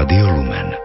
Rádio Lumen.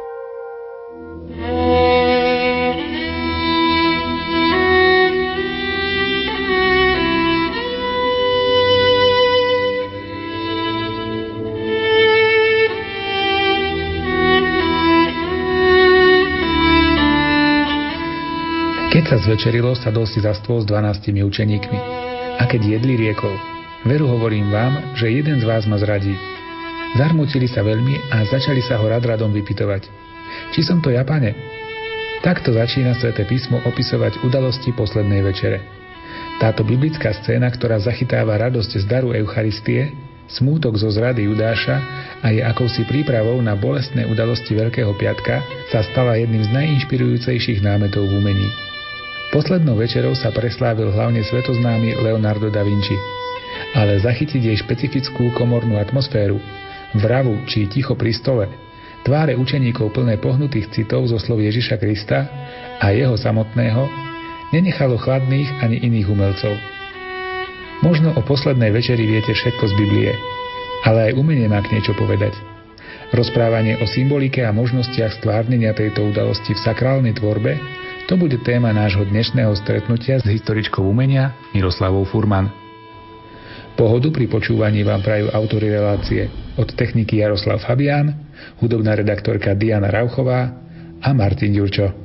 Keď sa zvečerilo, sadol si za stôl s 12 učeníkmi. A keď jedli, riekol: Veru hovorím vám, že jeden z vás ma zradí. Zarmútili sa veľmi a začali sa ho radom vypytovať: Či som to ja, Pane? Takto začína Sväté písmo opisovať udalosti poslednej večere. Táto biblická scéna, ktorá zachytáva radosť z daru Eucharistie, smútok zo zrady Judáša a je akousi prípravou na bolestné udalosti Veľkého piatka, sa stala jedným z najinšpirujúcejších námetov v umení. Poslednou večerou sa preslávil hlavne svetoznámy Leonardo da Vinci. Ale zachytiť jej špecifickú komornú atmosféru, vravu či ticho pri stole, tváre učeníkov plné pohnutých citov zo slov Ježiša Krista a jeho samotného, nenechalo chladných ani iných umelcov. Možno o poslednej večeri viete všetko z Biblie, ale aj umenie má k niečo povedať. Rozprávanie o symbolike a možnostiach stvárnenia tejto udalosti v sakrálnej tvorbe, to bude téma nášho dnešného stretnutia s historičkou umenia Miroslavou Furman. Pohodu pri počúvaní vám prajú autori relácie, od techniky Jaroslav Fabián, hudobná redaktorka Diana Rauchová a Martin Ďurčo.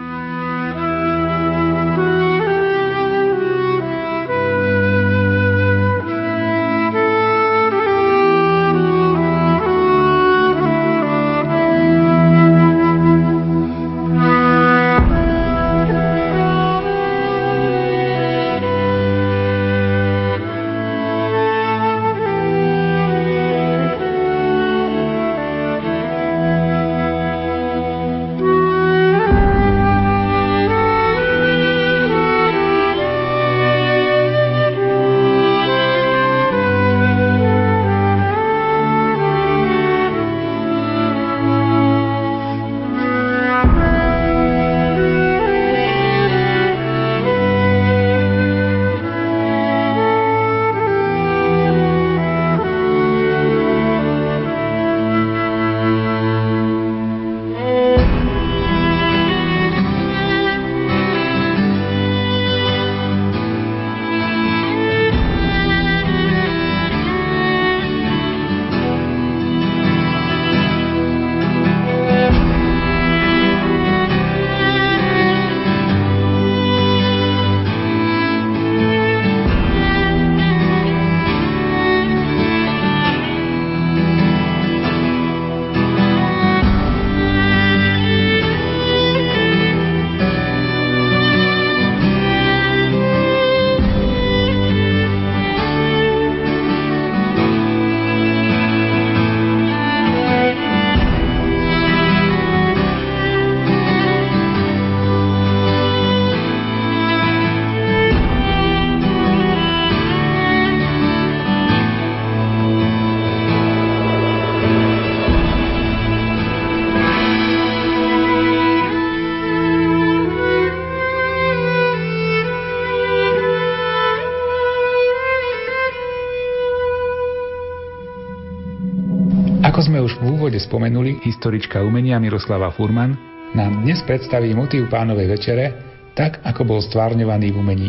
Ako sme už v úvode spomenuli, historička umenia Miroslava Furman nám dnes predstaví motív Pánovej večere tak, ako bol stvárňovaný v umení.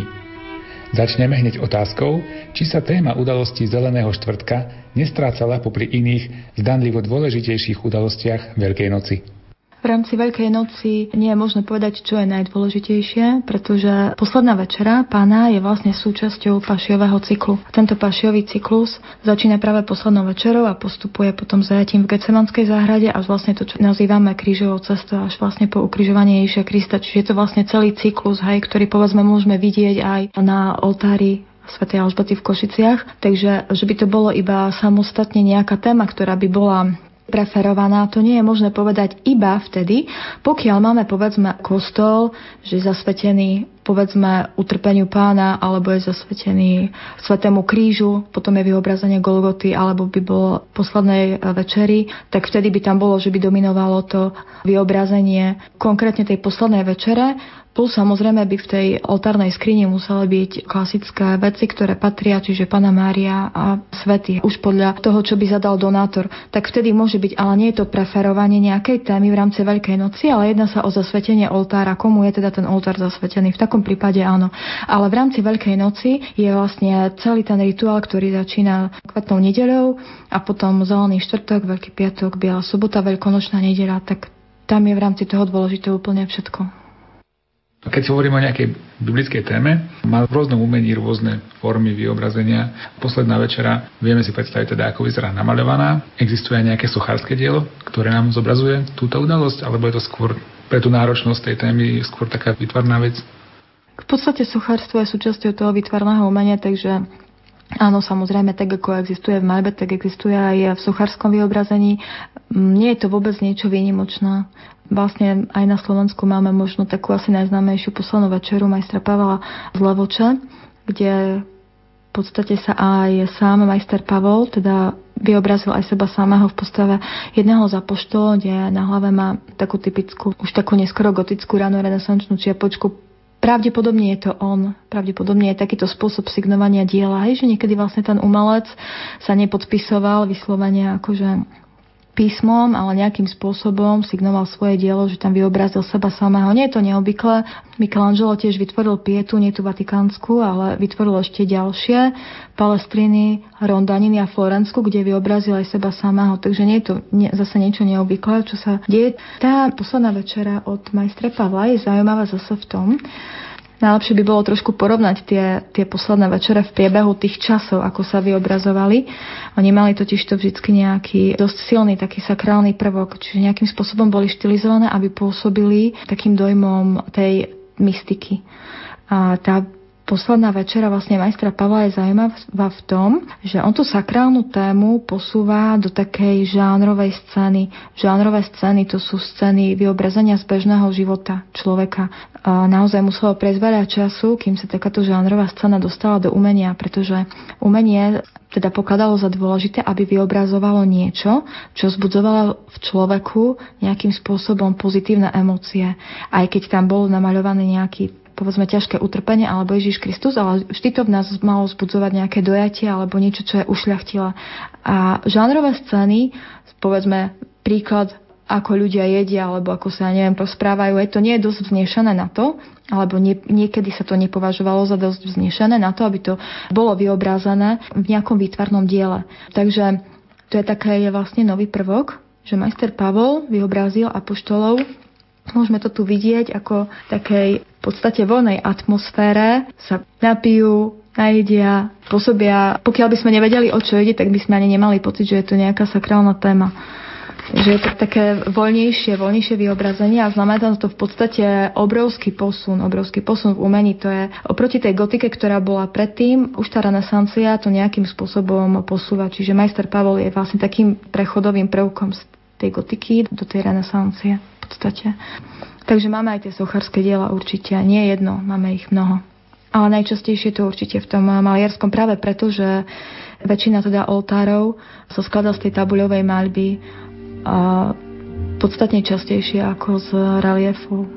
Začneme hneď otázkou, či sa téma udalostí Zeleného štvrtka nestrácala popri iných, zdanlivo dôležitejších udalostiach Veľkej noci. V rámci Veľkej noci nie je možné povedať, čo je najdôležitejšie, pretože posledná večera Pána je vlastne súčasťou pašiového cyklu. Tento pašiový cyklus začína práve poslednou večerou a postupuje potom zajatím v Getsemanskej záhrade až vlastne to, čo nazývame krížovou cestou, až vlastne po ukrižovaní Ježiša Krista. Čiže je to vlastne celý cyklus, ktorý povedzme môžeme vidieť aj na oltári svätej Alžbety v Košiciach. Takže, že by to bolo iba samostatne nejaká téma, ktorá by bola preferovaná, to nie je možné povedať iba vtedy, pokiaľ máme, povedzme, kostol, že je zasvetený, povedzme, utrpeniu Pána, alebo je zasvetený Svätému krížu, potom je vyobrazenie Golgoty, alebo by bolo poslednej večeri, tak vtedy by tam bolo, že by dominovalo to vyobrazenie konkrétne tej poslednej večere. Plus samozrejme by v tej oltárnej skrini museli byť klasické veci, ktoré patria, čiže Panna Mária a svety. Už podľa toho, čo by zadal donátor. Tak vtedy môže byť, ale nie je to preferovanie nejakej témy v rámci Veľkej noci, ale jedná sa o zasvetenie oltára. Komu je teda ten oltár zasvetený? V takom prípade áno. Ale v rámci Veľkej noci je vlastne celý ten rituál, ktorý začína kvetnou nedeľou a potom Zelený štvrtok, Veľký piatok, Biela sobota, Veľkonočná nedeľa. Tak tam je v rámci toho dôležité úplne všetko. Keď hovoríme o nejakej biblickej téme, má v rôznom umení rôzne formy vyobrazenia. Posledná večera, vieme si predstaviť teda, ako vyzerá namaľovaná. Existuje aj nejaké sochárske dielo, ktoré nám zobrazuje túto udalosť, alebo je to skôr pre tú náročnosť tej témy skôr taká výtvarná vec? V podstate sochárstvo je súčasťou toho výtvarného umenia, takže áno, samozrejme, tak ako existuje v maľbe, tak existuje aj v sochárskom vyobrazení. Nie je to vôbec niečo výnimočné. Vlastne aj na Slovensku máme možno takú asi najznámejšiu poslednú večeru majstra Pavla z Levoče, kde v podstate sa aj sám majster Pavol teda vyobrazil aj seba samého v postave jedného z apoštolov, kde na hlave má takú typickú, už takú neskoro gotickú rano renesančnú čiapočku. Pravdepodobne je to on. Pravdepodobne je takýto spôsob signovania diela. Hej, že niekedy vlastne ten umelec sa nepodpisoval vyslovene akože písmom, ale nejakým spôsobom signoval svoje dielo, že tam vyobrazil seba samého. Nie je to neobvyklé. Michelangelo tiež vytvoril pietu, nie tú vatikánsku, ale vytvoril ešte ďalšie. Palestriny, Rondaniny a Florensku, kde vyobrazil aj seba samého. Takže nie je to zase niečo neobvyklé, čo sa deje. Tá posledná večera od majstra Pavla je zaujímavá zase v tom, najlepšie by bolo trošku porovnať tie posledné večere v priebehu tých časov, ako sa vyobrazovali. Oni mali totiž to vždy nejaký dosť silný taký sakrálny prvok, čiže nejakým spôsobom boli štilizované, aby pôsobili takým dojmom tej mystiky. A tá posledná večera vlastne majstra Pavla je zaujímavá v tom, že on tú sakrálnu tému posúva do takej žánrovej scény. Žánrové scény to sú scény vyobrazenia z bežného života človeka. A naozaj muselo prejsť veľa času, kým sa takáto žánrová scéna dostala do umenia, pretože umenie teda pokladalo za dôležité, aby vyobrazovalo niečo, čo vzbudzovalo v človeku nejakým spôsobom pozitívne emócie. Aj keď tam bol namaľovaný nejaký povedzme ťažké utrpenie alebo Ježiš Kristus, ale vždy to v nás malo vzbudzovať nejaké dojatie alebo niečo, čo je ušľachtilé. A žánrové scény, povedzme príklad, ako ľudia jedia alebo ako sa, neviem, rozprávajú, to nie je dosť vznešené na to, alebo niekedy sa to nepovažovalo za dosť vznešené na to, aby to bolo vyobrazené v nejakom výtvarnom diele. Takže to je také vlastne nový prvok, že majster Pavol vyobrazil apoštolov. Môžeme to tu vidieť ako takej v podstate voľnej atmosfére. Sa napijú, najedia, pôsobia. Pokiaľ by sme nevedeli, o čo ide, tak by sme ani nemali pocit, že je to nejaká sakrálna téma. Takže je to také voľnejšie vyobrazenie a znamená to v podstate obrovský posun v umení. To je oproti tej gotike, ktorá bola predtým, už tá renesancia to nejakým spôsobom posúva. Čiže majster Pavol je vlastne takým prechodovým prvkom z tej gotiky do tej renesancie. Podstate. Takže máme aj tie sochárske diela určite, nie jedno, máme ich mnoho. Ale najčastejšie to určite v tom maliarskom práve preto, že väčšina teda oltárov sa skladá z tej tabuľovej maľby a podstatne častejšie ako z reliefu.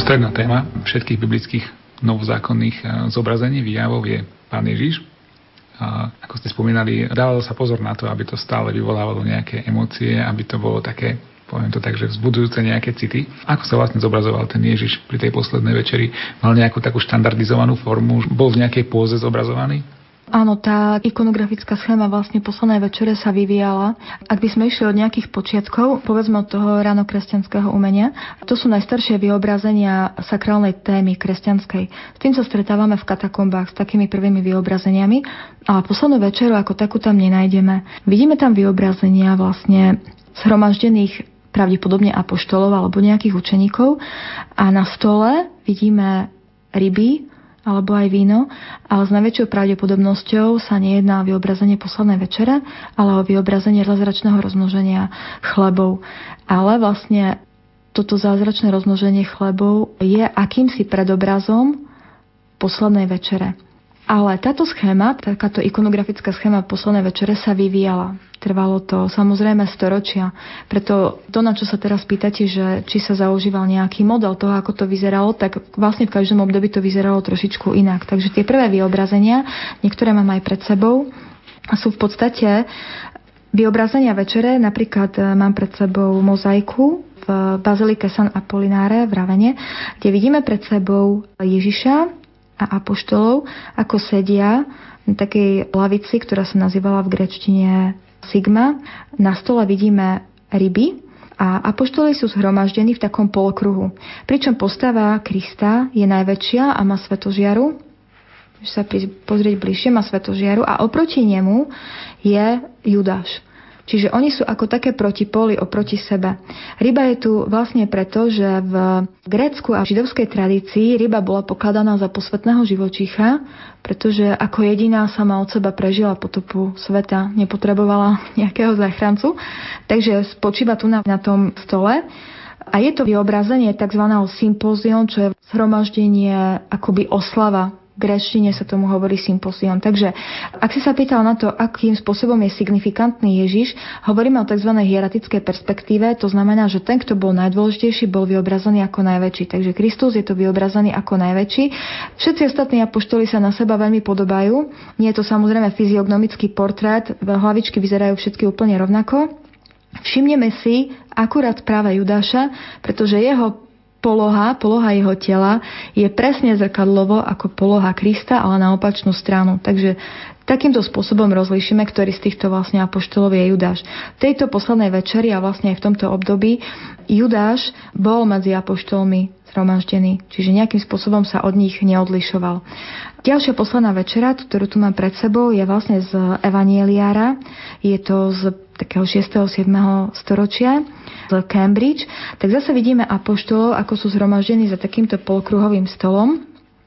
Stredná téma všetkých biblických novozákonných zobrazení výjavov je Pán Ježiš. A ako ste spomínali, dávalo sa pozor na to, aby to stále vyvolávalo nejaké emócie, aby to bolo také, poviem to tak, že vzbudzujúce nejaké city. Ako sa vlastne zobrazoval ten Ježiš pri tej poslednej večeri? Mal nejakú takú štandardizovanú formu? Bol v nejakej póze zobrazovaný? Áno, tá ikonografická schéma vlastne poslednej večere sa vyvíjala. Ak by sme išli od nejakých počiatkov, povedzme od toho ránokresťanského umenia, to sú najstaršie vyobrazenia sakrálnej témy kresťanskej. S tým sa stretávame v katakombách s takými prvými vyobrazeniami, ale poslednú večeru ako takú tam nenájdeme. Vidíme tam vyobrazenia vlastne zhromaždených pravdepodobne apoštolov alebo nejakých učeníkov a na stole vidíme ryby alebo aj víno, ale s najväčšou pravdepodobnosťou sa nejedná o vyobrazenie poslednej večere, ale o vyobrazenie zázračného rozmnoženia chlebov. Ale vlastne toto zázračné rozmnoženie chlebov je akýmsi predobrazom poslednej večere. Ale táto schéma, takáto ikonografická schéma poslednej večere sa vyvíjala. Trvalo to samozrejme storočia. Preto to, na čo sa teraz pýtate, že či sa zaužíval nejaký model toho, ako to vyzeralo, tak vlastne v každom období to vyzeralo trošičku inak. Takže tie prvé vyobrazenia, niektoré mám aj pred sebou, sú v podstate vyobrazenia večere. Napríklad mám pred sebou mozaiku v bazilike San Apollinare v Ravene, kde vidíme pred sebou Ježiša a apoštolov, ako sedia na takej lavici, ktorá sa nazývala v gréčtine Sigma. Na stole vidíme ryby a apoštoli sú zhromaždení v takom polokruhu. Pričom postava Krista je najväčšia a má svetožiaru. Môžete sa pozrieť bližšie, má svetožiaru a oproti nemu je Judáš. Čiže oni sú ako také protipóly oproti sebe. Ryba je tu vlastne preto, že v grécku a židovskej tradícii ryba bola pokladaná za posvätného živočícha, pretože ako jediná sama od seba prežila potopu sveta, nepotrebovala nejakého záchrancu. Takže spočíva tu na tom stole. A je to vyobrazenie tzv. Sympózion, čo je zhromaždenie, akoby oslava. V gréčtine sa tomu hovorí sympózion. Takže ak si sa pýtal na to, akým spôsobom je signifikantný Ježiš, hovoríme o tzv. Hieratickej perspektíve, to znamená, že ten, kto bol najdôležitejší, bol vyobrazený ako najväčší. Takže Kristus je to vyobrazený ako najväčší. Všetci ostatní apoštoli sa na seba veľmi podobajú. Nie je to samozrejme fyziognomický portrét, hlavičky vyzerajú všetky úplne rovnako. Všimneme si akurát práve Judáša, pretože jeho poloha jeho tela je presne zrkadlovo ako poloha Krista, ale na opačnú stranu. Takže takýmto spôsobom rozlíšime, ktorý z týchto vlastne apoštolov je Judáš. V tejto poslednej večeri a vlastne aj v tomto období Judáš bol medzi apoštolmi zhromaždený, čiže nejakým spôsobom sa od nich neodlišoval. Ďalšia posledná večera, ktorú tu mám pred sebou, je vlastne z Evanieliára. Je to z takého 6. 7. storočia z Cambridge. Tak zase vidíme apoštolov, ako sú zhromaždení za takýmto polkruhovým stolom.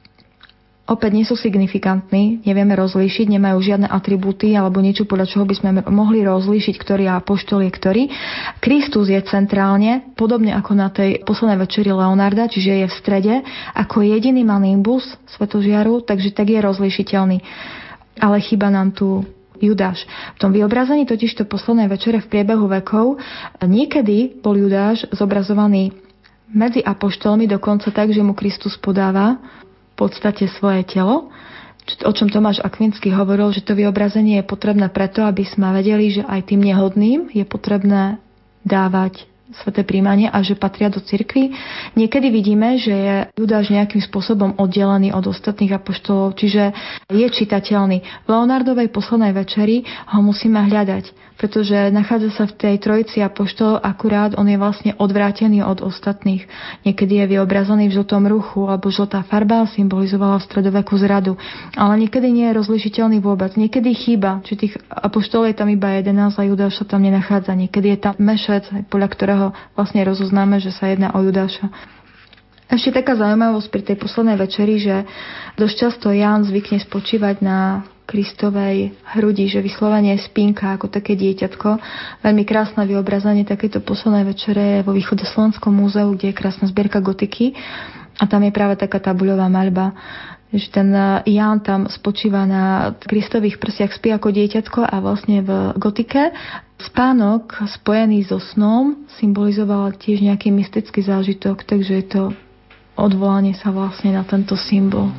Opäť nie sú signifikantní, nevieme rozlíšiť, nemajú žiadne atribúty alebo niečo, podľa čoho by sme mohli rozlíšiť, ktorý apoštol je ktorý. Kristus je centrálne, podobne ako na tej poslednej večeri Leonarda, čiže je v strede, ako jediný má nimbus svetožiaru, takže tak je rozlíšiteľný. Ale chýba nám tu Judáš. V tom vyobrazení totižto poslednej večere v priebehu vekov niekedy bol Judáš zobrazovaný medzi apoštolmi, dokonca tak, že mu Kristus podáva v podstate svoje telo, o čom Tomáš Akvinský hovoril, že to vyobrazenie je potrebné preto, aby sme vedeli, že aj tým nehodným je potrebné dávať sväté príjmanie a že patria do cirkvi. Niekedy vidíme, že je Judáš nejakým spôsobom oddelený od ostatných apoštolov, čiže je čitateľný. V Leonardovej poslednej večeri ho musíme hľadať, pretože nachádza sa v tej trojici apoštolov, akurát on je vlastne odvrátený od ostatných. Niekedy je vyobrazený v žltom ruchu, alebo žltá farba symbolizovala v stredoveku zradu. Ale niekedy nie je rozlišiteľný vôbec. Niekedy chýba, či tých apoštolov je tam iba 11 a Judáš sa tam nenachádza. Niekedy je tam mešec, podľa ktorého vlastne rozoznáme, že sa jedná o Judáša. Ešte taká zaujímavosť pri tej poslednej večeri, že dosť často Ján zvykne spočívať na Kristovej hrudi, že vyslovene spínka ako také dieťatko. Veľmi krásne vyobrazenie takéto poslednej večere je vo Východoslovenskom múzeu, kde je krásna zbierka gotiky a tam je práve taká tabuľová maľba, že ten Ján tam spočíva na Kristových prsiach, spí ako dieťatko a vlastne v gotike spánok spojený so snom symbolizoval tiež nejaký mystický zážitok, takže je to odvolanie sa vlastne na tento symbol.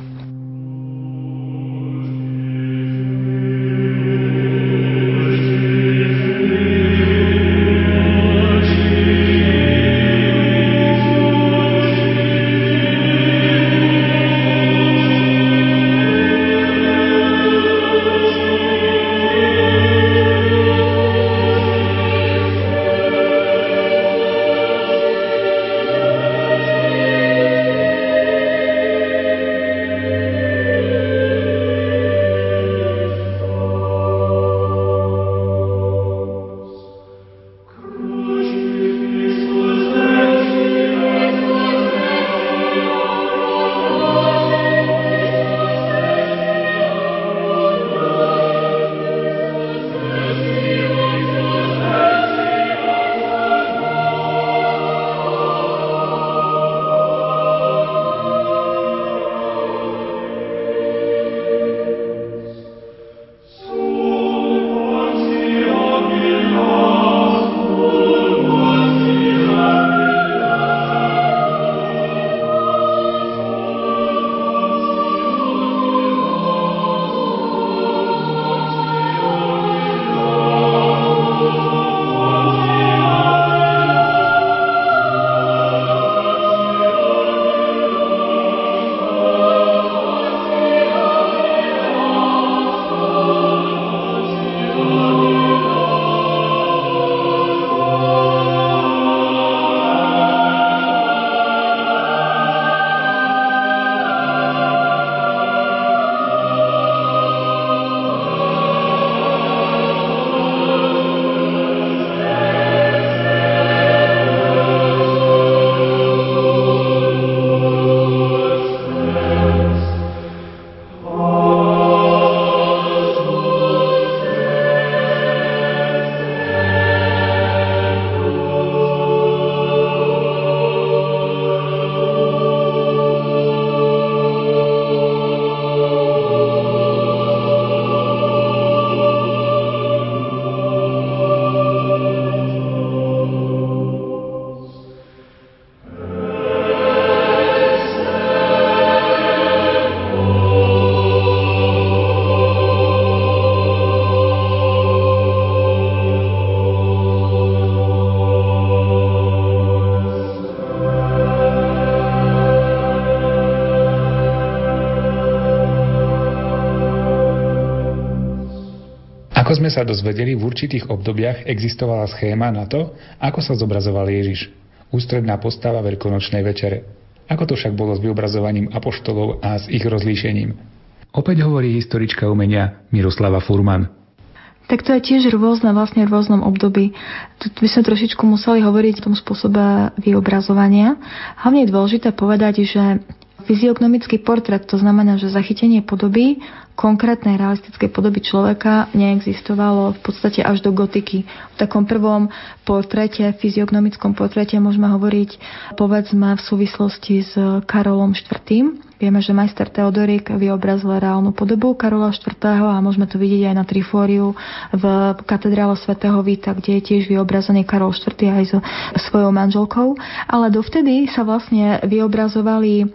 Ako sme sa dozvedeli, v určitých obdobiach existovala schéma na to, ako sa zobrazoval Ježiš. Ústredná postava Veľkonočnej večere. Ako to však bolo s vyobrazovaním apoštolov a s ich rozlíšením? Opäť hovorí historička umenia Miroslava Furman. Tak to je tiež rôzne, vlastne v rôznom období. Tu by sme trošičku museli hovoriť o tom spôsobe vyobrazovania. Hlavne je dôležité povedať, že fyziognomický portrét, to znamená, že zachytenie podoby, konkrétnej realistickej podoby človeka neexistovalo v podstate až do gotiky. V takom prvom portréte, fyziognomickom portréte môžeme hovoriť, povedzme, v súvislosti s Karolom IV. Vieme, že majster Teodorik vyobrazil reálnu podobu Karola IV. A môžeme to vidieť aj na trifóriu v katedrále svätého Víta, kde je tiež vyobrazený Karol IV. Aj so svojou manželkou. Ale dovtedy sa vlastne vyobrazovali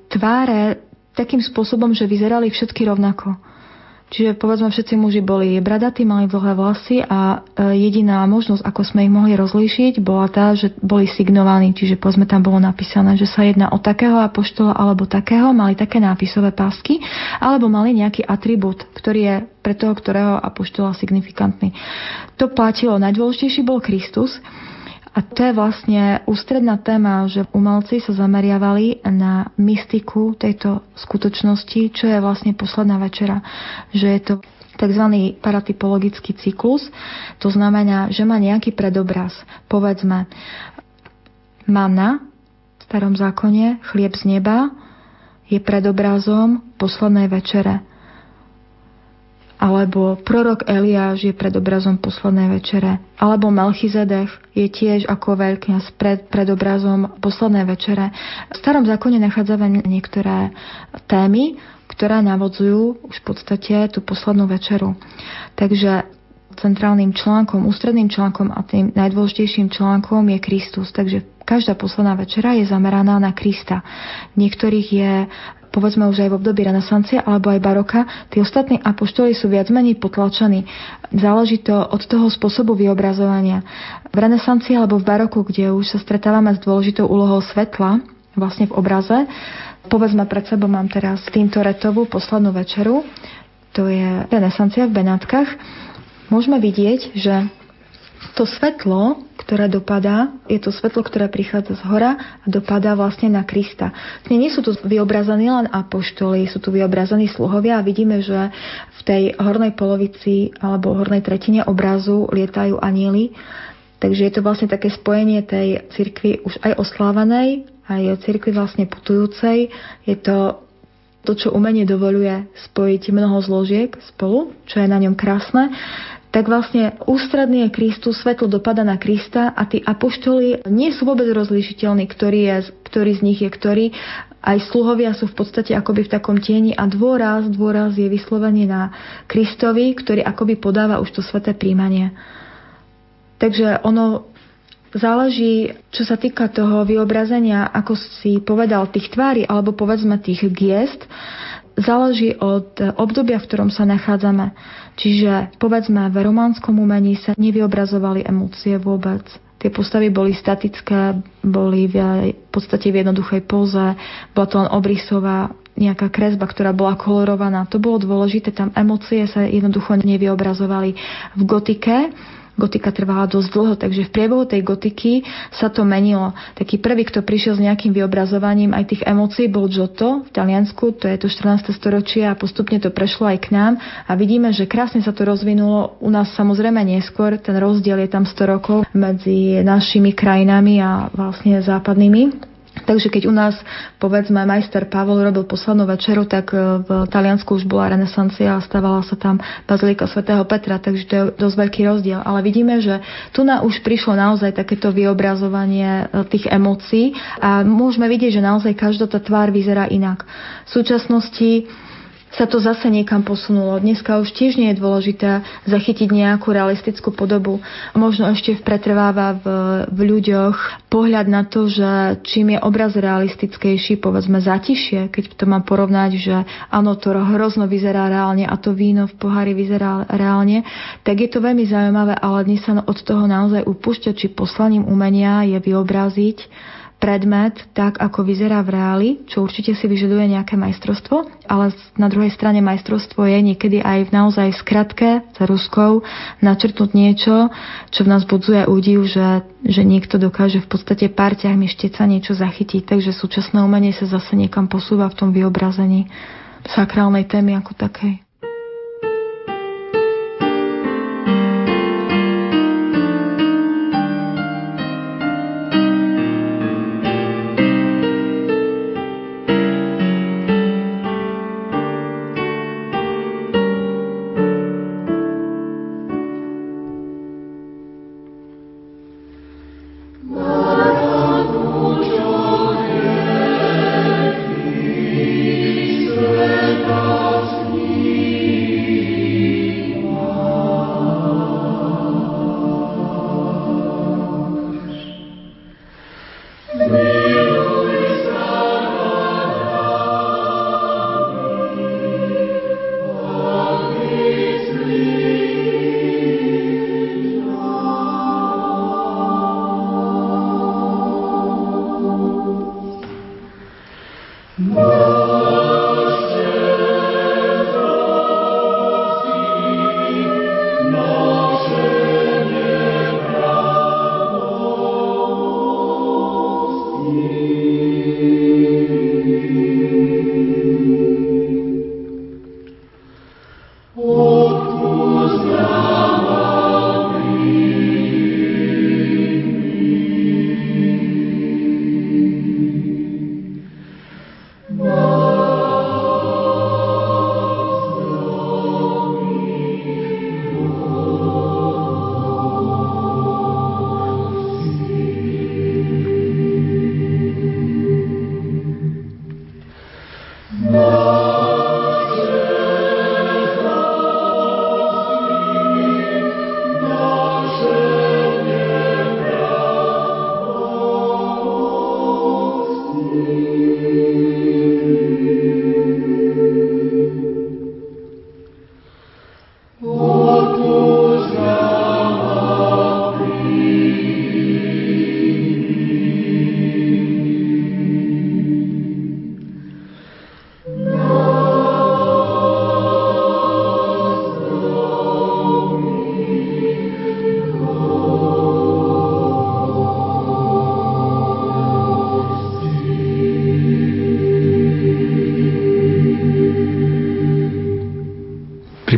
tváre takým spôsobom, že vyzerali všetky rovnako. Čiže povedzme, všetci muži boli bradatí, mali dlhé vlasy a jediná možnosť, ako sme ich mohli rozlíšiť, bola tá, že boli signovaní. Čiže povedzme, tam bolo napísané, že sa jedná o takého apoštola alebo takého, mali také nápisové pásky, alebo mali nejaký atribút, ktorý je pre toho, ktorého apoštola signifikantný. To platilo. Najdôležitejší bol Kristus. A to je vlastne ústredná téma, že umelci sa zameriavali na mystiku tejto skutočnosti, čo je vlastne posledná večera. Že je to tzv. Paratypologický cyklus. To znamená, že má nejaký predobraz. Povedzme, manna v starom zákone, chlieb z neba, je predobrazom poslednej večere. Alebo prorok Eliáš je predobrazom poslednej večere. Alebo Melchizedek je tiež ako veľkňaz predobrazom poslednej večere. V starom zákone nachádzame niektoré témy, ktoré navodzujú už v podstate tú poslednú večeru. Takže centrálnym článkom, ústredným článkom a tým najdôležitejším článkom je Kristus. Takže každá posledná večera je zameraná na Krista. Niektorých je, povedzme už aj v období renesancie alebo aj baroka, tí ostatní apoštoli sú viac menej potlačení. Záleží to od toho spôsobu vyobrazovania. V renesancii alebo v baroku, kde už sa stretávame s dôležitou úlohou svetla, vlastne v obraze, povedzme pred sebou mám teraz Tintorettovú poslednú večeru, to je renesancia v Benátkach. Môžeme vidieť, že to svetlo, ktoré dopadá, je to svetlo, ktoré prichádza z hora a dopadá vlastne na Krista. Nie sú tu vyobrazaní len apoštoli, sú tu vyobrazaní sluhovia a vidíme, že v tej hornej polovici alebo hornej tretine obrazu lietajú anjeli. Takže je to vlastne také spojenie tej cirkvi už aj oslávanej, aj cirkvi vlastne putujúcej. Je to, čo umenie dovoľuje spojiť mnoho zložiek spolu, čo je na ňom krásne. Tak vlastne ústredný je Kristus, svetlo dopada na Krista a tí apoštoli nie sú vôbec rozlíšiteľní, ktorý z nich je ktorý. Aj sluhovia sú v podstate akoby v takom tieni a dôraz je vyslovene na Kristovi, ktorý akoby podáva už to sväté príjmanie. Takže ono záleží, čo sa týka toho vyobrazenia, ako si povedal, tých tvári alebo povedzme tých giest, záleží od obdobia, v ktorom sa nachádzame. Čiže povedzme, v románskom umení sa nevyobrazovali emócie vôbec. Tie postavy boli statické, boli v podstate v jednoduchej póze, bola to len obrysová nejaká kresba, ktorá bola kolorovaná. To bolo dôležité, tam emócie sa jednoducho nevyobrazovali. V gotike gotika trvala dosť dlho, takže v priebehu tej gotiky sa to menilo. Taký prvý, kto prišiel s nejakým vyobrazovaním aj tých emócií, bol Giotto v Taliansku, to je to 14. storočie a postupne to prešlo aj k nám a vidíme, že krásne sa to rozvinulo u nás samozrejme neskôr, ten rozdiel je tam 100 rokov medzi našimi krajinami a vlastne západnými. Takže keď u nás, povedzme, majster Pavol robil poslednú večeru, tak v Taliansku už bola renesancia a stávala sa tam bazilika svätého Petra, takže to je dosť veľký rozdiel. Ale vidíme, že tu už prišlo naozaj takéto vyobrazovanie tých emócií a môžeme vidieť, že naozaj každá tá tvár vyzerá inak. V súčasnosti sa to zase niekam posunulo. Dneska už tiež nie je dôležité zachytiť nejakú realistickú podobu. Možno ešte pretrváva v ľuďoch pohľad na to, že čím je obraz realistickejší, povedzme zatišie, keď to mám porovnať, že áno, to hrozno vyzerá reálne a to víno v pohári vyzerá reálne, tak je to veľmi zaujímavé, ale dnes sa od toho naozaj upúšťa, či poslaním umenia je vyobraziť predmet tak, ako vyzerá v reáli, čo určite si vyžaduje nejaké majstrovstvo, ale na druhej strane majstrovstvo je niekedy aj v naozaj skratke za ruskou načrtnúť niečo, čo v nás budzuje údiv, že niekto dokáže v podstate pár ťahmi šteca niečo zachytiť, takže súčasné umenie sa zase niekam posúva v tom vyobrazení sakrálnej témy ako takej.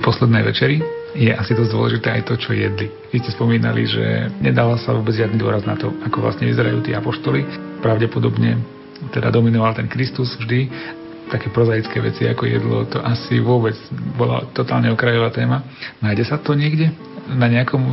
poslednej večeri je asi dosť dôležité aj to, čo jedli. Vy ste spomínali, že nedala sa vôbec žiadny dôraz na to, ako vlastne vyzerajú tí apoštoli. Pravdepodobne teda dominoval ten Kristus vždy. Také prozaické veci ako jedlo, to asi vôbec bola totálne okrajová téma. Nájde sa to niekde na nejakom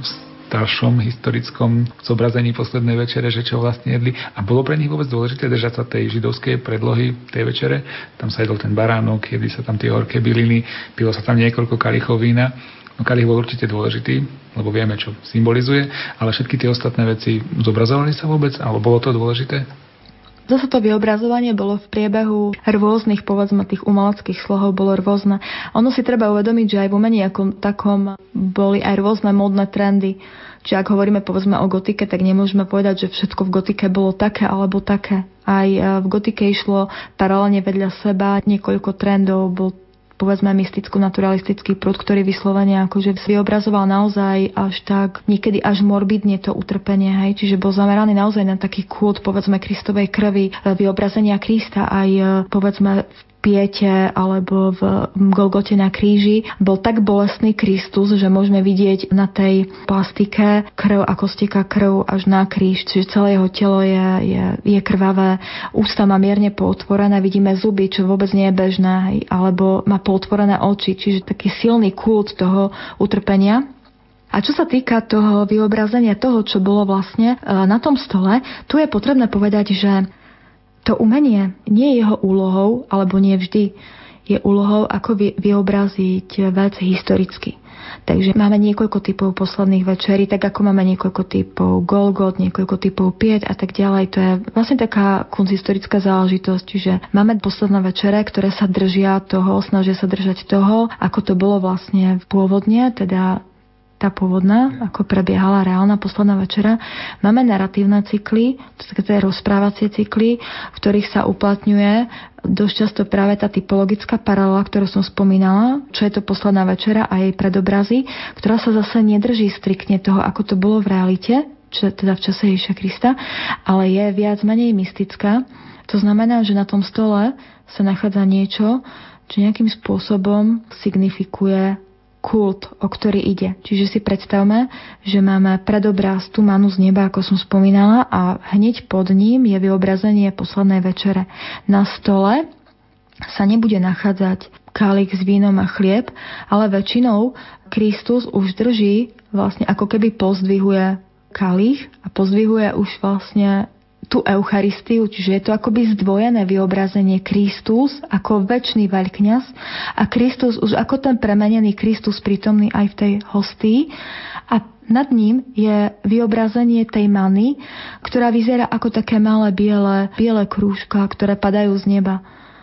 staršom historickom zobrazení poslednej večere, že čo vlastne jedli? A bolo pre nich vôbec dôležité držať sa tej židovskej predlohy tej večere? Tam sa jedol ten baránok, jedli sa tam tie horké byliny, pilo sa tam niekoľko kalichov vína. No kalich bol určite dôležitý, lebo vieme, čo symbolizuje, ale všetky tie ostatné veci zobrazovali sa vôbec? Alebo bolo to dôležité? Zase to vyobrazovanie bolo v priebehu rôznych, povedzme, tých umeleckých slohov bolo rôzne. Ono si treba uvedomiť, že aj v umení ako takom boli aj rôzne módne trendy. Čiže ak hovoríme, povedzme, o gotike, tak nemôžeme povedať, že všetko v gotike bolo také alebo také. Aj v gotike išlo paralelne vedľa seba niekoľko trendov, bol povedzme mysticko-naturalistický prúd, ktorý vyslovene akože vyobrazoval naozaj až tak, niekedy až morbidne to utrpenie, hej, čiže bol zameraný naozaj na taký kult, povedzme, Kristovej krvi, vyobrazenia Krista aj, povedzme, v Piete alebo v Golgote na kríži. Bol tak bolestný Kristus, že môžeme vidieť na tej plastike krv, ako steká krv až na kríž, čiže celé jeho telo je krvavé, ústa má mierne pootvorené, vidíme zuby, čo vôbec nie je bežné, hej, alebo má pootvorené oči, čiže taký silný kult toho utrpenia. A čo sa týka toho vyobrazenia toho, čo bolo vlastne na tom stole, tu je potrebné povedať, že to umenie nie je jeho úlohou, alebo nie vždy je úlohou, ako vyobraziť vec historicky. Takže máme niekoľko typov posledných večerí, tak ako máme niekoľko typov Golgot, niekoľko typov Piet a tak ďalej. To je vlastne taká kunsthistorická záležitosť. Čiže máme posledné večere, ktoré sa držia toho, snažia sa držať toho, ako to bolo vlastne pôvodne, teda tá pôvodná, ako prebiehala reálna posledná večera. Máme naratívne cykly, to sú také rozprávacie cykly, v ktorých sa uplatňuje dosť často práve tá typologická paralela, ktorú som spomínala, čo je to posledná večera a jej predobrazy, ktorá sa zase nedrží striktne toho, ako to bolo v realite, čo teda v čase Ježiša Krista, ale je viac menej mystická. To znamená, že na tom stole sa nachádza niečo, čo nejakým spôsobom signifikuje kult, o ktorý ide. Čiže si predstavme, že máme predobraz tú manu z neba, ako som spomínala, a hneď pod ním je vyobrazenie poslednej večere. Na stole sa nebude nachádzať kalich s vínom a chlieb, ale väčšinou Kristus už drží, vlastne ako keby pozdvihuje kalich a pozdvihuje už vlastne tú Eucharistiu, čiže je to akoby zdvojené vyobrazenie Kristus ako večný veľkňaz a Kristus už ako ten premenený Kristus prítomný aj v tej hostii a nad ním je vyobrazenie tej many, ktorá vyzerá ako také malé biele krúžka, ktoré padajú z neba.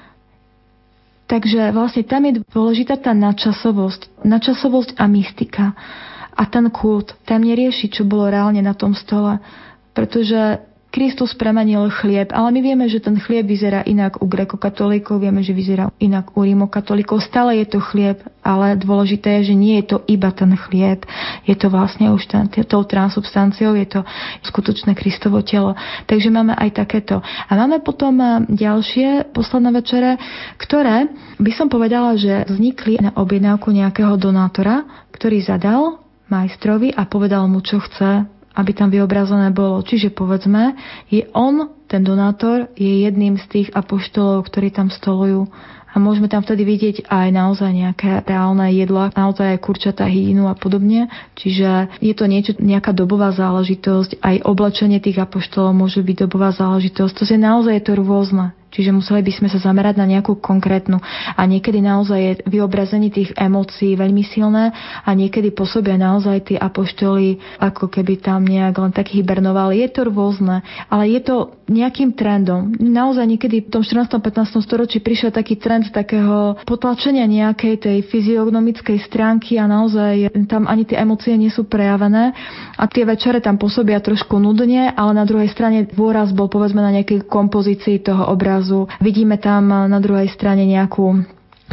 Takže vlastne tam je dôležitá tá nadčasovosť a mystika. A ten kult tam nerieši, čo bolo reálne na tom stole, pretože Kristus premenil chlieb, ale my vieme, že ten chlieb vyzerá inak u grekokatolíkov, vieme, že vyzerá inak u rímokatolíkov. Stále je to chlieb, ale dôležité je, že nie je to iba ten chlieb. Je to vlastne už tou transubstanciou, je to skutočné Kristovo telo. Takže máme aj takéto. A máme potom ďalšie posledné večere, ktoré by som povedala, že vznikli na objednávku nejakého donátora, ktorý zadal majstrovi a povedal mu, čo chce, aby tam vyobrazené bolo. Čiže povedzme, je on, ten donátor, je jedným z tých apoštolov, ktorí tam stolujú. A môžeme tam vtedy vidieť aj naozaj nejaké reálne jedlá, naozaj aj kurčatá, hydinu a podobne. Čiže je to nejaká dobová záležitosť, aj oblečenie tých apoštolov môže byť dobová záležitosť. To je naozaj to rôzne. Čiže museli by sme sa zamerať na nejakú konkrétnu. A niekedy naozaj je vyobrazenie tých emócií veľmi silné a niekedy pôsobia naozaj tí apoštoli, ako keby tam nejak len tak hibernovali. Je to rôzne, ale je to nejakým trendom. Naozaj niekedy v tom 14. 15. storočí prišiel taký trend takého potlačenia nejakej tej fyziognomickej stránky a naozaj tam ani tie emócie nie sú prejavené a tie večere tam pôsobia trošku nudne, ale na druhej strane dôraz bol povedzme na nejakej kompozícii toho obrazu. Vidíme tam na druhej strane nejakú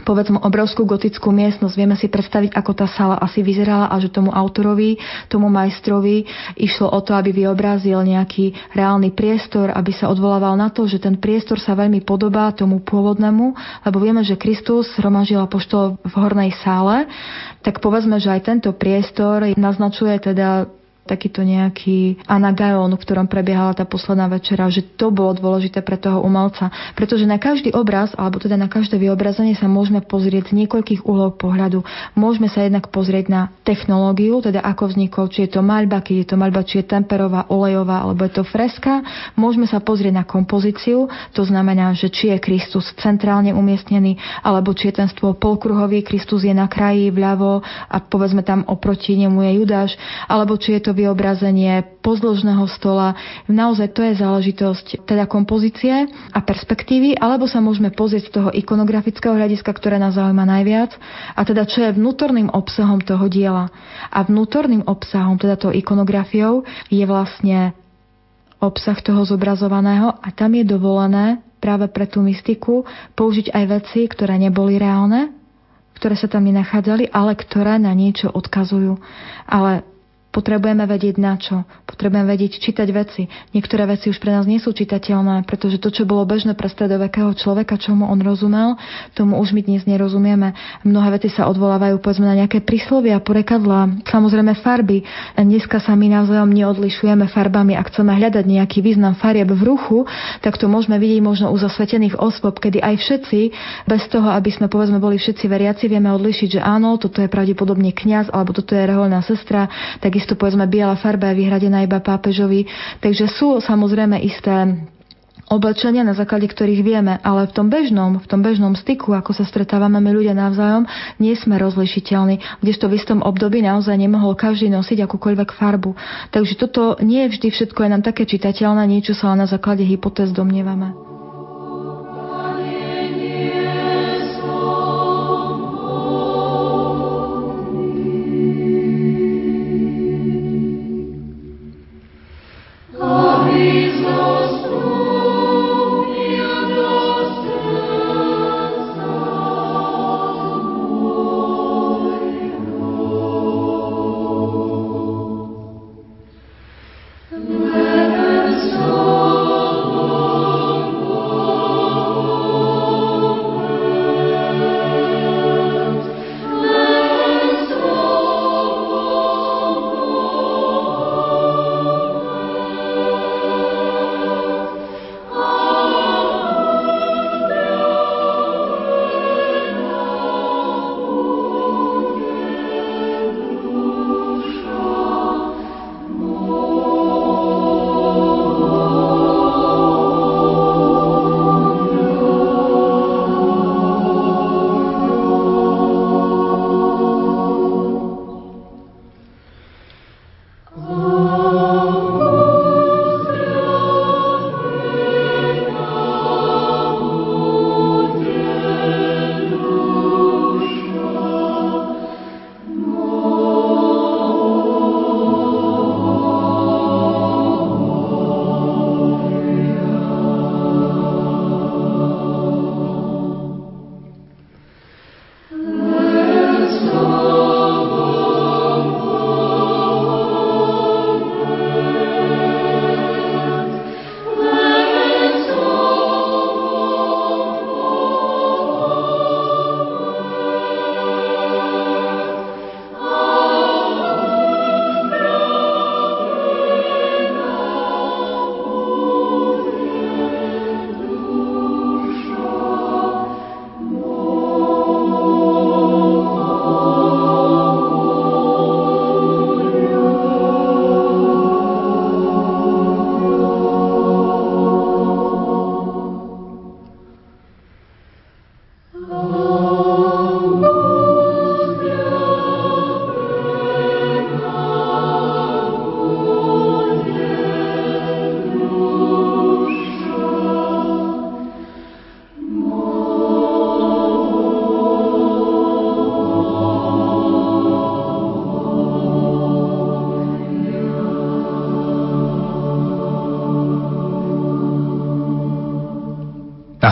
povedzme obrovskú gotickú miestnosť. Vieme si predstaviť, ako tá sala asi vyzerala a že tomu autorovi, tomu majstrovi išlo o to, aby vyobrazil nejaký reálny priestor, aby sa odvolával na to, že ten priestor sa veľmi podobá tomu pôvodnému, lebo vieme, že Kristus hromaždil apoštolov v hornej sále, tak povedzme, že aj tento priestor naznačuje teda takýto nejaký anagaion, v ktorom prebiehala tá posledná večera, že to bolo dôležité pre toho umelca. Pretože na každý obraz, alebo teda na každé vyobrazenie sa môžeme pozrieť z niekoľkých uhlov pohľadu. Môžeme sa jednak pozrieť na technológiu, teda ako vznikol, či je to maľba, keď je to maľba, či je temperová, olejová, alebo je to freska. Môžeme sa pozrieť na kompozíciu, to znamená, že či je Kristus centrálne umiestnený, alebo či je ten stôl polkruhový, Kristus je na kraji vľavo a povedzme tam oproti nemu je Judáš, alebo či je to vyobrazenie pozdĺžneho stola. Naozaj to je záležitosť teda kompozície a perspektívy, alebo sa môžeme pozrieť z toho ikonografického hľadiska, ktoré nás zaujíma najviac, a teda čo je vnútorným obsahom toho diela. A vnútorným obsahom, teda tou ikonografiou, je vlastne obsah toho zobrazovaného a tam je dovolené práve pre tú mystiku použiť aj veci, ktoré neboli reálne, ktoré sa tam nenachádzali, ale ktoré na niečo odkazujú. Ale potrebujeme vedieť na čo. Potrebujeme vedieť čítať veci. Niektoré veci už pre nás nie sú čitateľné, pretože to, čo bolo bežné pre stredovekého človeka, čomu on rozumel, tomu už my dnes nerozumieme. Mnohé veci sa odvolávajú povedzme na nejaké príslovia, porekadlá, samozrejme farby. Dneska sa my navzájom neodlišujeme farbami. Ak chceme hľadať nejaký význam farieb v ruchu, tak to môžeme vidieť možno u zasvetených osôb, kedy aj všetci, bez toho, aby sme povedzme boli všetci veriaci, vieme odlišiť, že áno, toto je pravdepodobne kňaz, alebo toto je rehoľná sestra, takisto povedzme biela farba je vyhradená iba pápežovi. Takže sú samozrejme isté oblečenia, na základe ktorých vieme, ale v tom bežnom styku, ako sa stretávame my ľudia navzájom, nie sme rozlišiteľní, kdežto v istom období naozaj nemohol každý nosiť akúkoľvek farbu. Takže toto nie je vždy všetko je nám také čitateľné, niečo sa na základe hypotéz domnievame. Let us all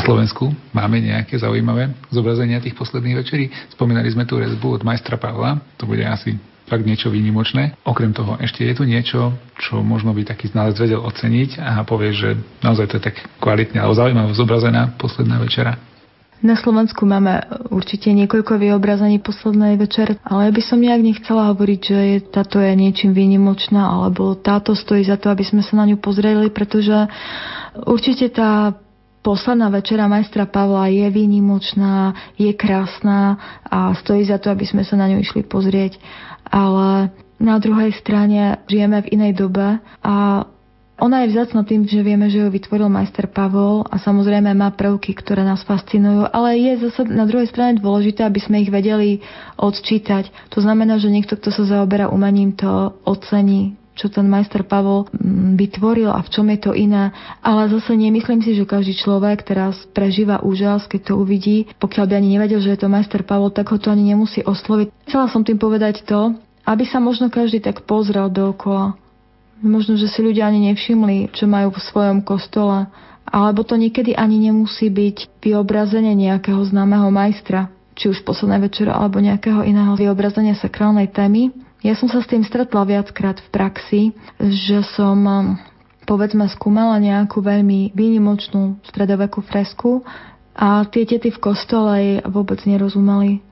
Slovensku máme nejaké zaujímavé zobrazenia tých posledných večerí. Spomínali sme tu rezbu od majstra Pavla, to bude asi fakt niečo výnimočné. Okrem toho, ešte je tu niečo, čo možno by taký znalec vedel oceniť a povie, že naozaj to je tak kvalitne alebo zaujímavé zobrazená posledná večera. Na Slovensku máme určite niekoľko vyobrazení poslednej večer, ale ja by som nejak nechcela hovoriť, že táto je niečím výnimočná, alebo táto stojí za to, aby sme sa na ňu pozreli, pretože určite tá posledná večera majstra Pavla je výnimočná, je krásna a stojí za to, aby sme sa na ňu išli pozrieť. Ale na druhej strane žijeme v inej dobe a ona je vzácna tým, že vieme, že ju vytvoril majster Pavol a samozrejme má prvky, ktoré nás fascinujú, ale je zase na druhej strane dôležité, aby sme ich vedeli odčítať. To znamená, že niekto, kto sa zaoberá umením, to ocení, čo ten majster Pavol vytvoril a v čom je to iné. Ale zase nemyslím si, že každý človek teraz prežíva úžas, keď to uvidí. Pokiaľ by ani nevedel, že je to majster Pavol, tak ho to ani nemusí osloviť. Chcela som tým povedať to, aby sa možno každý tak pozrel dookola. Možno, že si ľudia ani nevšimli, čo majú v svojom kostole. Alebo to niekedy ani nemusí byť vyobrazenie nejakého známeho majstra, či už posledné večera, alebo nejakého iného vyobrazenia sakrálnej témy. Ja som sa s tým stretla viackrát v praxi, že som, povedzme, skúmala nejakú veľmi výnimočnú stredovekú fresku a tie tety v kostole jej vôbec nerozumeli.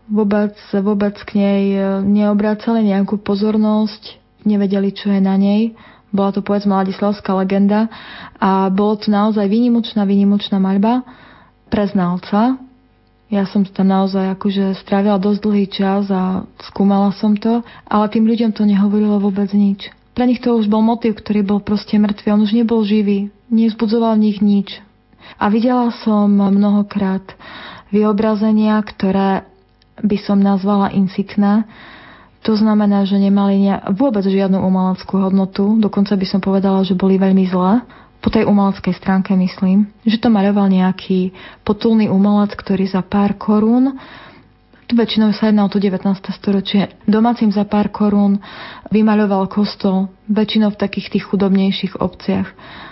Vôbec k nej neobrácali nejakú pozornosť, nevedeli, čo je na nej. Bola to, povedzme, ladislavská legenda a bolo to naozaj výnimočná maľba pre znalca. Ja som tam naozaj akože strávila dosť dlhý čas a skúmala som to, ale tým ľuďom to nehovorilo vôbec nič. Pre nich to už bol motív, ktorý bol proste mŕtvy, on už nebol živý, nezbudzoval v nich nič. A videla som mnohokrát vyobrazenia, ktoré by som nazvala insitné. To znamená, že nemali vôbec žiadnu umeleckú hodnotu, dokonca by som povedala, že boli veľmi zlé. Po tej umeleckej stránke myslím, že to maľoval nejaký potulný umelec, ktorý za pár korún, tu väčšinou sa jedná o to 19. storočie, domácim za pár korún vymaľoval kostol, väčšinou v takých tých chudobnejších obciach.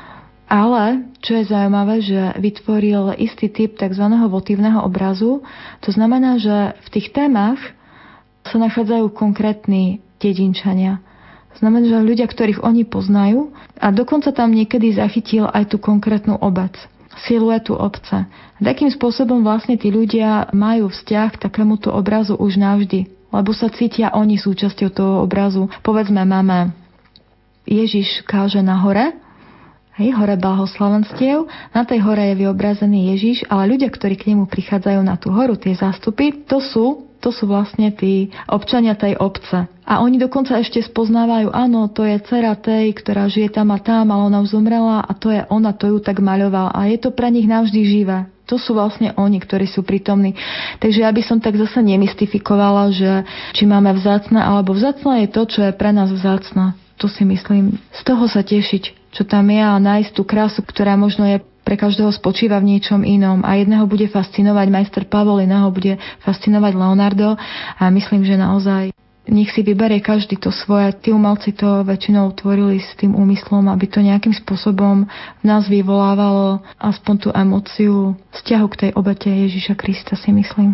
Ale, čo je zaujímavé, že vytvoril istý typ tzv. Votívneho obrazu, to znamená, že v tých témach sa nachádzajú konkrétni dedinčania. Znamená, že ľudia, ktorých oni poznajú a dokonca tam niekedy zachytil aj tú konkrétnu obec, siluetu obce. Takým spôsobom vlastne tí ľudia majú vzťah k takémuto obrazu už navždy, lebo sa cítia oni súčasťou toho obrazu. Povedzme, máme Ježiš káže na hore, hore blahoslavenstiev, na tej hore je vyobrazený Ježiš, ale ľudia, ktorí k nemu prichádzajú na tú horu, tie zástupy, to sú vlastne tí občania tej obce. A oni dokonca ešte spoznávajú, áno, to je dcera tej, ktorá žije tam a tam, ale ona už zomrela a to je ona, to ju tak maľoval. A je to pre nich navždy živé. To sú vlastne oni, ktorí sú prítomní. Takže ja by som tak zase nemystifikovala, že či máme vzácne, alebo vzácne je to, čo je pre nás vzácne. To si myslím, z toho sa tešiť, čo tam je a nájsť tú krásu, ktorá možno je pre každého spočíva v niečom inom. A jedného bude fascinovať majster Pavol, iného bude fascinovať Leonardo. A myslím, že naozaj nech si vyberie každý to svoje. Tí umelci to väčšinou tvorili s tým úmyslom, aby to nejakým spôsobom v nás vyvolávalo aspoň tú emóciu vzťahu k tej obete Ježiša Krista, si myslím.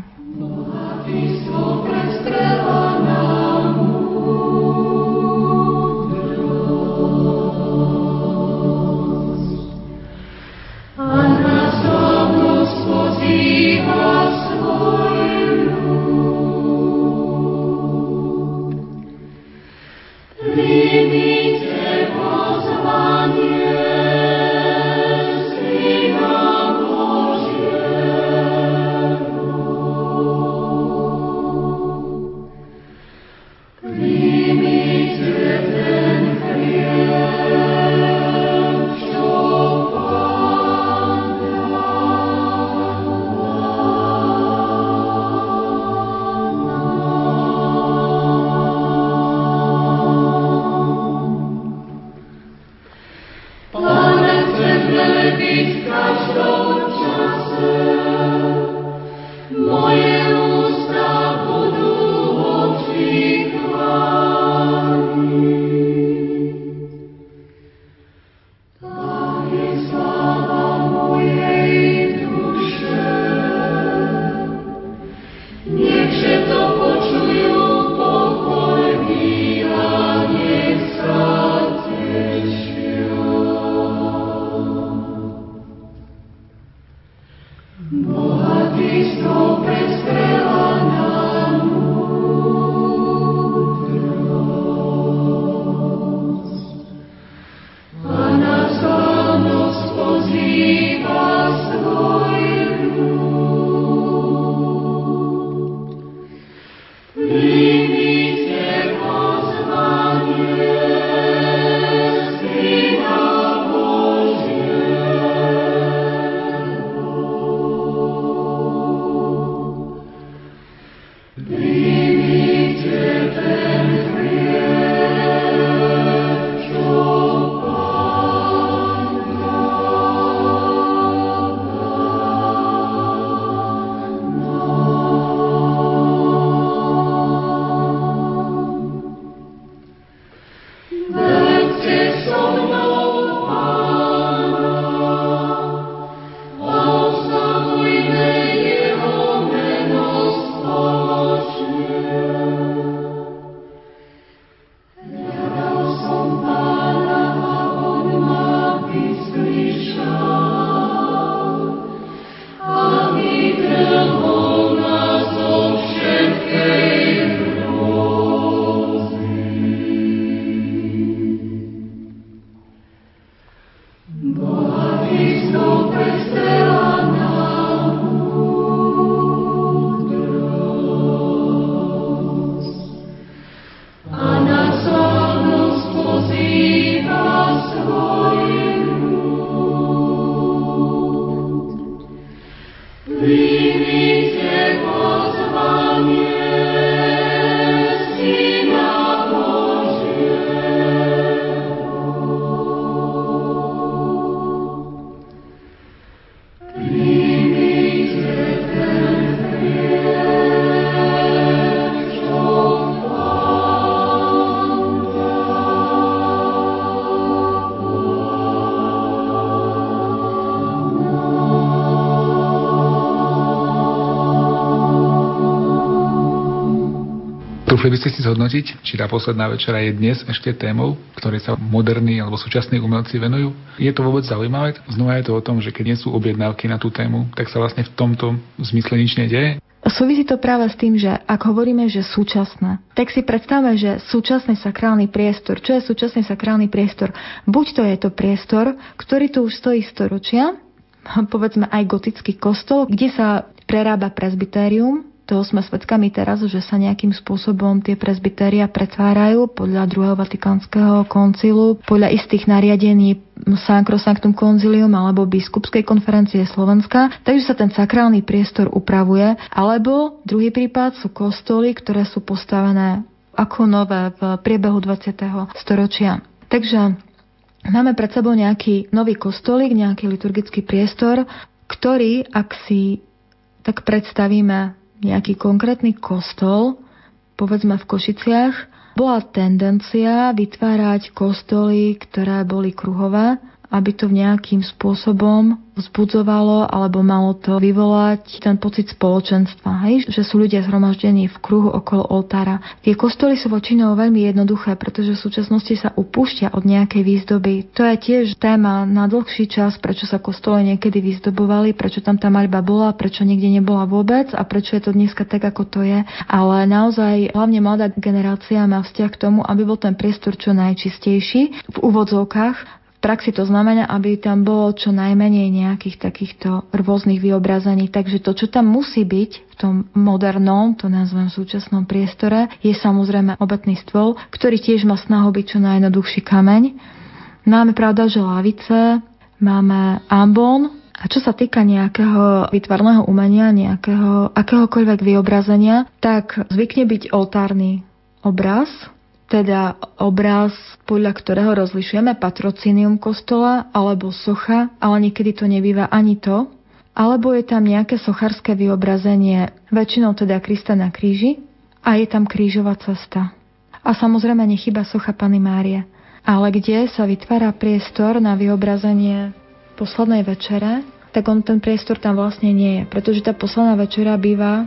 Mohli by ste si zhodnotiť, či tá posledná večera je dnes ešte témou, ktorej sa moderní alebo súčasní umelci venujú? Je to vôbec zaujímavé? Znova je to o tom, že keď nie sú objednávky na tú tému, tak sa vlastne v tomto zmysle nič nedeje? Súvisí to práve s tým, že ak hovoríme, že súčasné, tak si predstavme, že súčasný sakrálny priestor. Čo je súčasný sakrálny priestor? Buď to je to priestor, ktorý tu už stojí storočia, povedzme aj gotický kostol, kde sa prerába presbytérium. Toho sme svedkami teraz, že sa nejakým spôsobom tie presbytéria pretvárajú podľa druhého vatikánskeho koncilu, podľa istých nariadení Sacrosanctum Concilium alebo Biskupskej konferencie Slovenska, takže sa ten sakrálny priestor upravuje. Alebo druhý prípad sú kostoly, ktoré sú postavené ako nové v priebehu 20. storočia. Takže máme pred sebou nejaký nový kostolík, nejaký liturgický priestor, ktorý, ak si tak predstavíme nejaký konkrétny kostol, povedzme v Košiciach, bola tendencia vytvárať kostoly, ktoré boli kruhové, aby to nejakým spôsobom vzbudzovalo alebo malo to vyvolať ten pocit spoločenstva, hej? Že sú ľudia zhromaždení v kruhu okolo oltára. Tie kostoly sú väčšinou veľmi jednoduché, pretože v súčasnosti sa upúšťa od nejakej výzdoby. To je tiež téma na dlhší čas, prečo sa kostoly niekedy vyzdobovali, prečo tam tá maľba bola, prečo niekde nebola vôbec a prečo je to dneska tak, ako to je. Ale naozaj hlavne mladá generácia má vzťah k tomu, aby bol ten priestor čo najčistejší v úvodzovkách. V praxi to znamená, aby tam bolo čo najmenej nejakých takýchto rôznych vyobrazení. Takže to, čo tam musí byť v tom modernom, to nazvem súčasnom priestore, je samozrejme obetný stôl, ktorý tiež má snahu byť čo najjednoduchší kameň. Máme pravda, že lavice, máme ambón. A čo sa týka nejakého výtvarného umenia, nejakého akéhokoľvek vyobrazenia, tak zvykne byť oltárny obraz, teda obraz, podľa ktorého rozlišujeme patrocínium kostola alebo socha, ale niekedy to nebýva ani to. Alebo je tam nejaké sochárske vyobrazenie, väčšinou teda Krista na kríži a je tam krížová cesta. A samozrejme nechýba socha Panny Márie. Ale kde sa vytvára priestor na vyobrazenie poslednej večere, tak ten priestor tam vlastne nie je, pretože tá posledná večera býva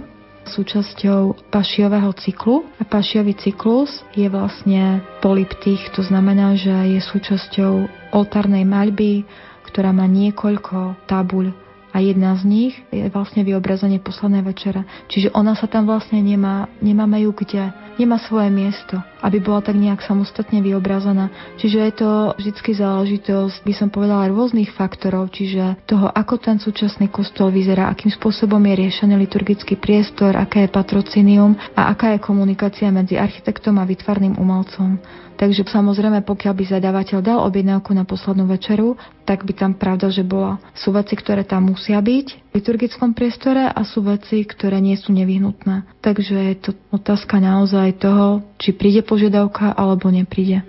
súčasťou pašiového cyklu a pašiový cyklus je vlastne polyptych, to znamená, že je súčasťou oltárnej maľby, ktorá má niekoľko tabuľ a a jedna z nich je vlastne vyobrazenie poslednej večere. Čiže ona sa tam vlastne nemáme ju kde, nemá svoje miesto, aby bola tak nejak samostatne vyobrazená. Čiže je to vždycky záležitosť, by som povedala, rôznych faktorov, čiže toho, ako ten súčasný kostol vyzerá, akým spôsobom je riešený liturgický priestor, aké je patrocinium a aká je komunikácia medzi architektom a výtvarným umelcom. Takže samozrejme, pokiaľ by zadávateľ dal objednávku na poslednú večeru, tak by tam pravda, že bola. Sú veci, ktoré tam musia byť v liturgickom priestore a sú veci, ktoré nie sú nevyhnutné. Takže je to otázka naozaj toho, či príde požiadavka alebo nepríde.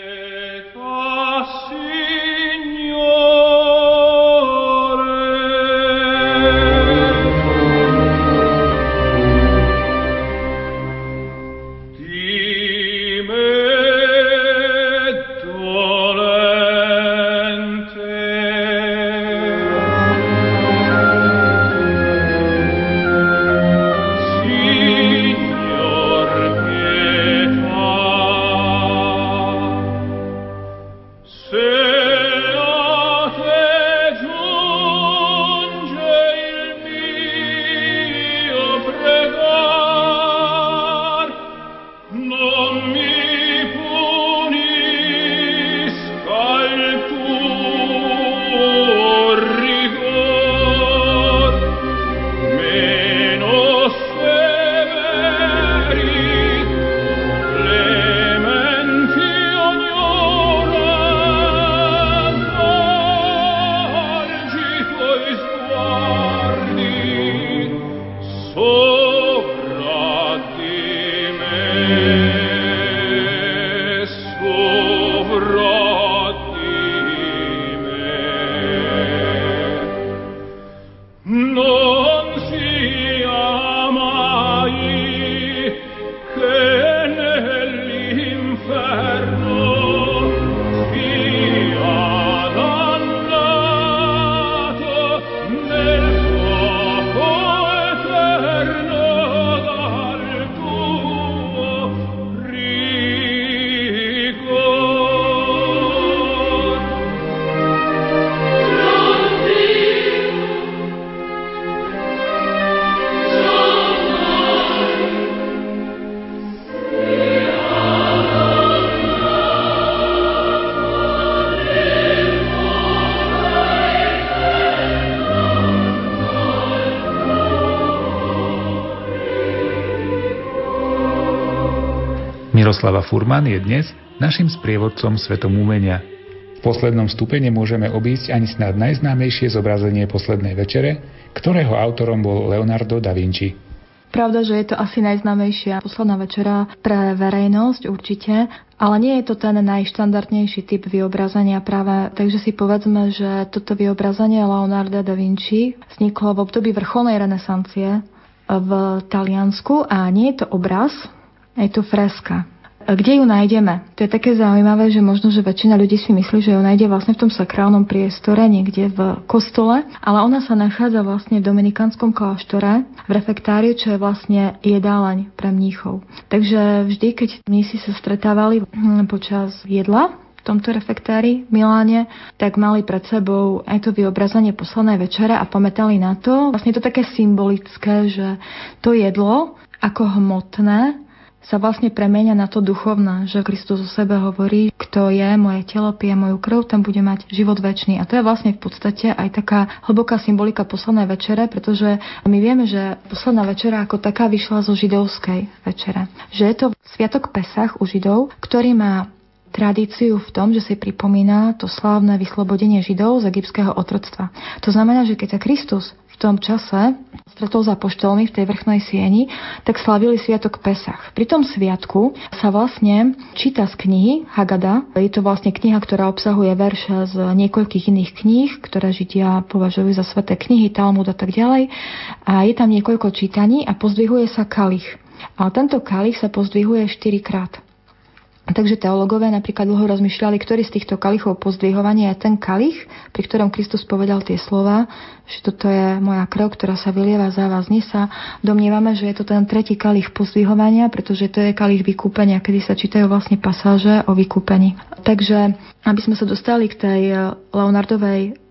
Miroslava Furman je dnes našim sprievodcom svetom umenia. V poslednom stupe nemôžeme obísť ani snad najznámejšie zobrazenie poslednej večere, ktorého autorom bol Leonardo da Vinci. Pravda, že je to asi najznámejšia posledná večera pre verejnosť určite, ale nie je to ten najštandardnejší typ vyobrazenia práve. Takže si povedzme, že toto vyobrazenie Leonarda da Vinci vzniklo v období vrcholnej renesancie v Taliansku a nie je to obraz, je to freska. Kde ju nájdeme? To je také zaujímavé, že možno, že väčšina ľudí si myslí, že ju nájde vlastne v tom sakrálnom priestore, niekde v kostole, ale ona sa nachádza vlastne v dominikánskom kláštore, v refektáriu, čo je vlastne jedáleň pre mníchov. Takže vždy, keď mnísi sa stretávali počas jedla v tomto refektári v Miláne, tak mali pred sebou aj to vyobrazenie poslednej večere a pamätali na to. Vlastne to také symbolické, že to jedlo ako hmotné sa vlastne premenia na to duchovné, že Kristus o sebe hovorí, kto je moje telo, pije moju krv, ten bude mať život večný. A to je vlastne v podstate aj taká hlboká symbolika poslednej večere, pretože my vieme, že posledná večera ako taká vyšla zo židovskej večere. Že je to sviatok Pesach u Židov, ktorý má tradíciu v tom, že si pripomína to slávne vyslobodenie Židov z egyptského otroctva. To znamená, že keď sa Kristus v tom čase stretol s apoštolmi v tej vrchnej sieni, tak slávili sviatok Pesach. Pri tom sviatku sa vlastne číta z knihy Hagada. Je to vlastne kniha, ktorá obsahuje verše z niekoľkých iných kníh, ktoré Židia považujú za sväté knihy, Talmud a tak ďalej. A je tam niekoľko čítaní a pozdvihuje sa kalich. A tento kalich sa pozdvihuje 4-krát. Takže teológovia napríklad dlho rozmýšľali, ktorý z týchto kalichov pozdvihovania je ten kalich, pri ktorom Kristus povedal tie slova, že toto je moja krv, ktorá sa vylieva za vás. Dnes sa domnievame, že je to ten tretí kalich pozdvihovania, pretože to je kalich vykúpenia, kedy sa čítajú vlastne pasáže o vykúpení. Takže aby sme sa dostali k tej Leonardovej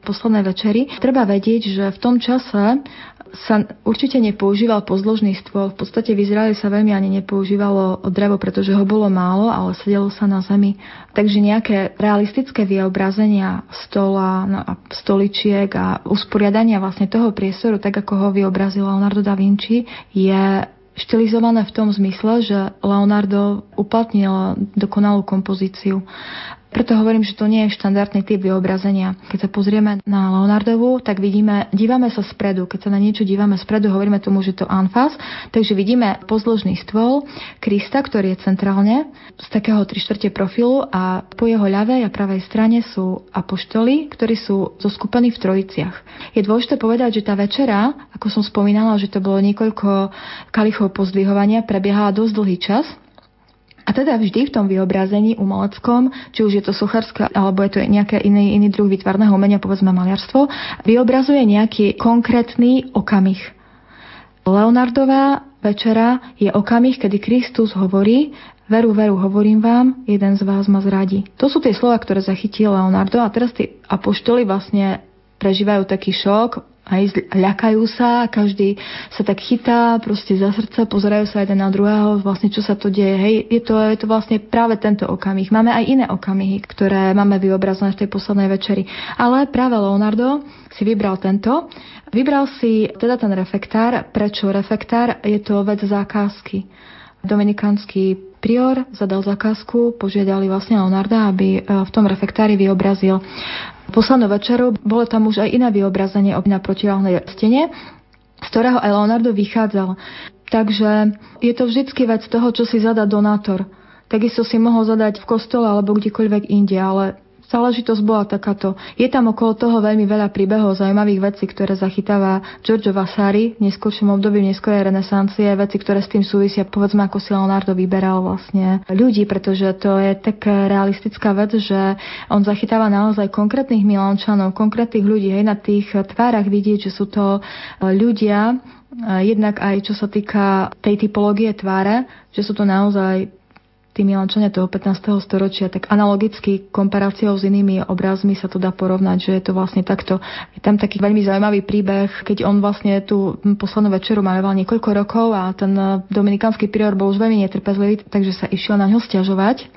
poslednej večeri. Treba vedieť, že v tom čase sa určite nepoužíval pozdĺžný stôl. V podstate v Izraeli sa veľmi ani nepoužívalo drevo, pretože ho bolo málo, ale sedelo sa na zemi. Takže nejaké realistické vyobrazenia stola, stoličiek a usporiadania vlastne toho priestoru, tak ako ho vyobrazil Leonardo da Vinci, je štilizované v tom zmysle, že Leonardo uplatnil dokonalú kompozíciu. Preto hovorím, že to nie je štandardný typ vyobrazenia. Keď sa pozrieme na Leonardovu, tak dívame sa spredu. Keď sa na niečo dívame spredu, hovoríme tomu, že to anfas. Takže vidíme pozdĺžný stôl Krista, ktorý je centrálne z takého 3/4 profilu a po jeho ľavej a pravej strane sú apoštoli, ktorí sú zoskupení v trojiciach. Je dôležité povedať, že tá večera, ako som spomínala, že to bolo niekoľko kalichov pozdvihovania, prebiehala dosť dlhý čas. A teda vždy v tom vyobrazení umeleckom, či už je to sochárske, alebo je to nejaký iný druh výtvarného umenia, povedzme maliarstvo, vyobrazuje nejaký konkrétny okamih. Leonardová večera je okamih, kedy Kristus hovorí: veru, veru, hovorím vám, jeden z vás ma zradí. To sú tie slova, ktoré zachytil Leonardo a teraz tí apoštoli vlastne prežívajú taký šok, aj ľakajú sa, každý sa tak chytá proste za srdce, pozerajú sa jeden na druhého, vlastne čo sa to deje. Hej, je to vlastne práve tento okamih. Máme aj iné okamihy, ktoré máme vyobrazené v tej poslednej večeri. Ale práve Leonardo si vybral tento. Vybral si teda ten refektár. Prečo refektár? Je to vec zákazky. Dominikánsky prior zadal zákazku, požiadali vlastne Leonarda, aby v tom refektári vyobrazil poslednú večeru. Bolo tam už aj iné vyobrazenie na protiváhnej stene, z ktorého aj Leonardo vychádzal. Takže je to vždycky vec toho, čo si zadá donátor. Takisto si mohol zadať v kostole alebo kdekoľvek inde, ale záležitosť bola takáto. Je tam okolo toho veľmi veľa príbehov, zaujímavých vecí, ktoré zachytáva Giorgio Vasari v neskôršom období, v neskorej renesancie, veci, ktoré s tým súvisia, povedzme, ako si Leonardo vyberal vlastne ľudí, pretože to je tak realistická vec, že on zachytáva naozaj konkrétnych Milančanov, konkrétnych ľudí. Hej, na tých tvárach vidieť, že sú to ľudia, jednak aj čo sa týka tej typológie tváre, že sú to naozaj tí Milančania toho 15. storočia, tak analogicky komparáciou s inými obrazmi sa to dá porovnať, že je to vlastne takto. Je tam taký veľmi zaujímavý príbeh, keď on vlastne tú poslednú večeru maloval niekoľko rokov a ten dominikánsky prior bol už veľmi netrpezlivý, takže sa išiel na ňo sťažovať,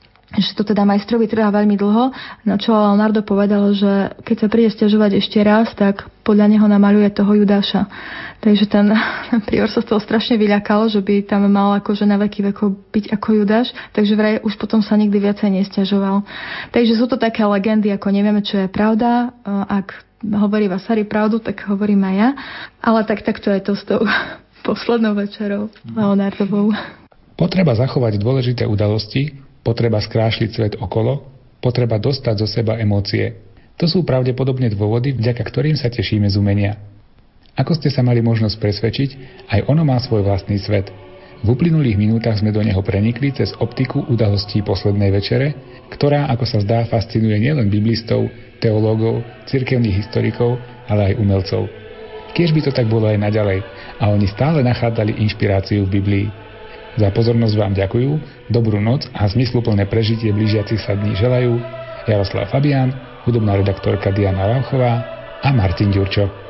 že to teda majstrovi trvá veľmi dlho, na čo Leonardo povedal, že keď sa príde sťažovať ešte raz, tak podľa neho namaľuje toho Judáša. Takže ten prior sa z toho strašne vyľakal, že by tam mal akože na veky vekov byť ako Judáš, takže vraj už potom sa nikdy viacej nesťažoval. Takže sú to také legendy, ako nevieme, čo je pravda. Ak hovorí Vasari pravdu, tak hovorím aj ja. Ale takto je to s tou poslednou večerou Leonardovou. Potreba zachovať dôležité udalosti, potreba skrášliť svet okolo, potreba dostať zo seba emócie. To sú pravdepodobne dôvody, vďaka ktorým sa tešíme z umenia. Ako ste sa mali možnosť presvedčiť, aj ono má svoj vlastný svet. V uplynulých minútach sme do neho prenikli cez optiku udalostí poslednej večere, ktorá, ako sa zdá, fascinuje nielen biblistov, teológov, cirkevných historikov, ale aj umelcov. Kiež by to tak bolo aj naďalej a oni stále nachádzali inšpiráciu v Biblii. Za pozornosť vám ďakujú, dobrú noc a zmysluplné prežitie blížiacich sa dní želajú Jaroslav Fabián, hudobná redaktorka Diana Rauchová a Martin Ďurčo.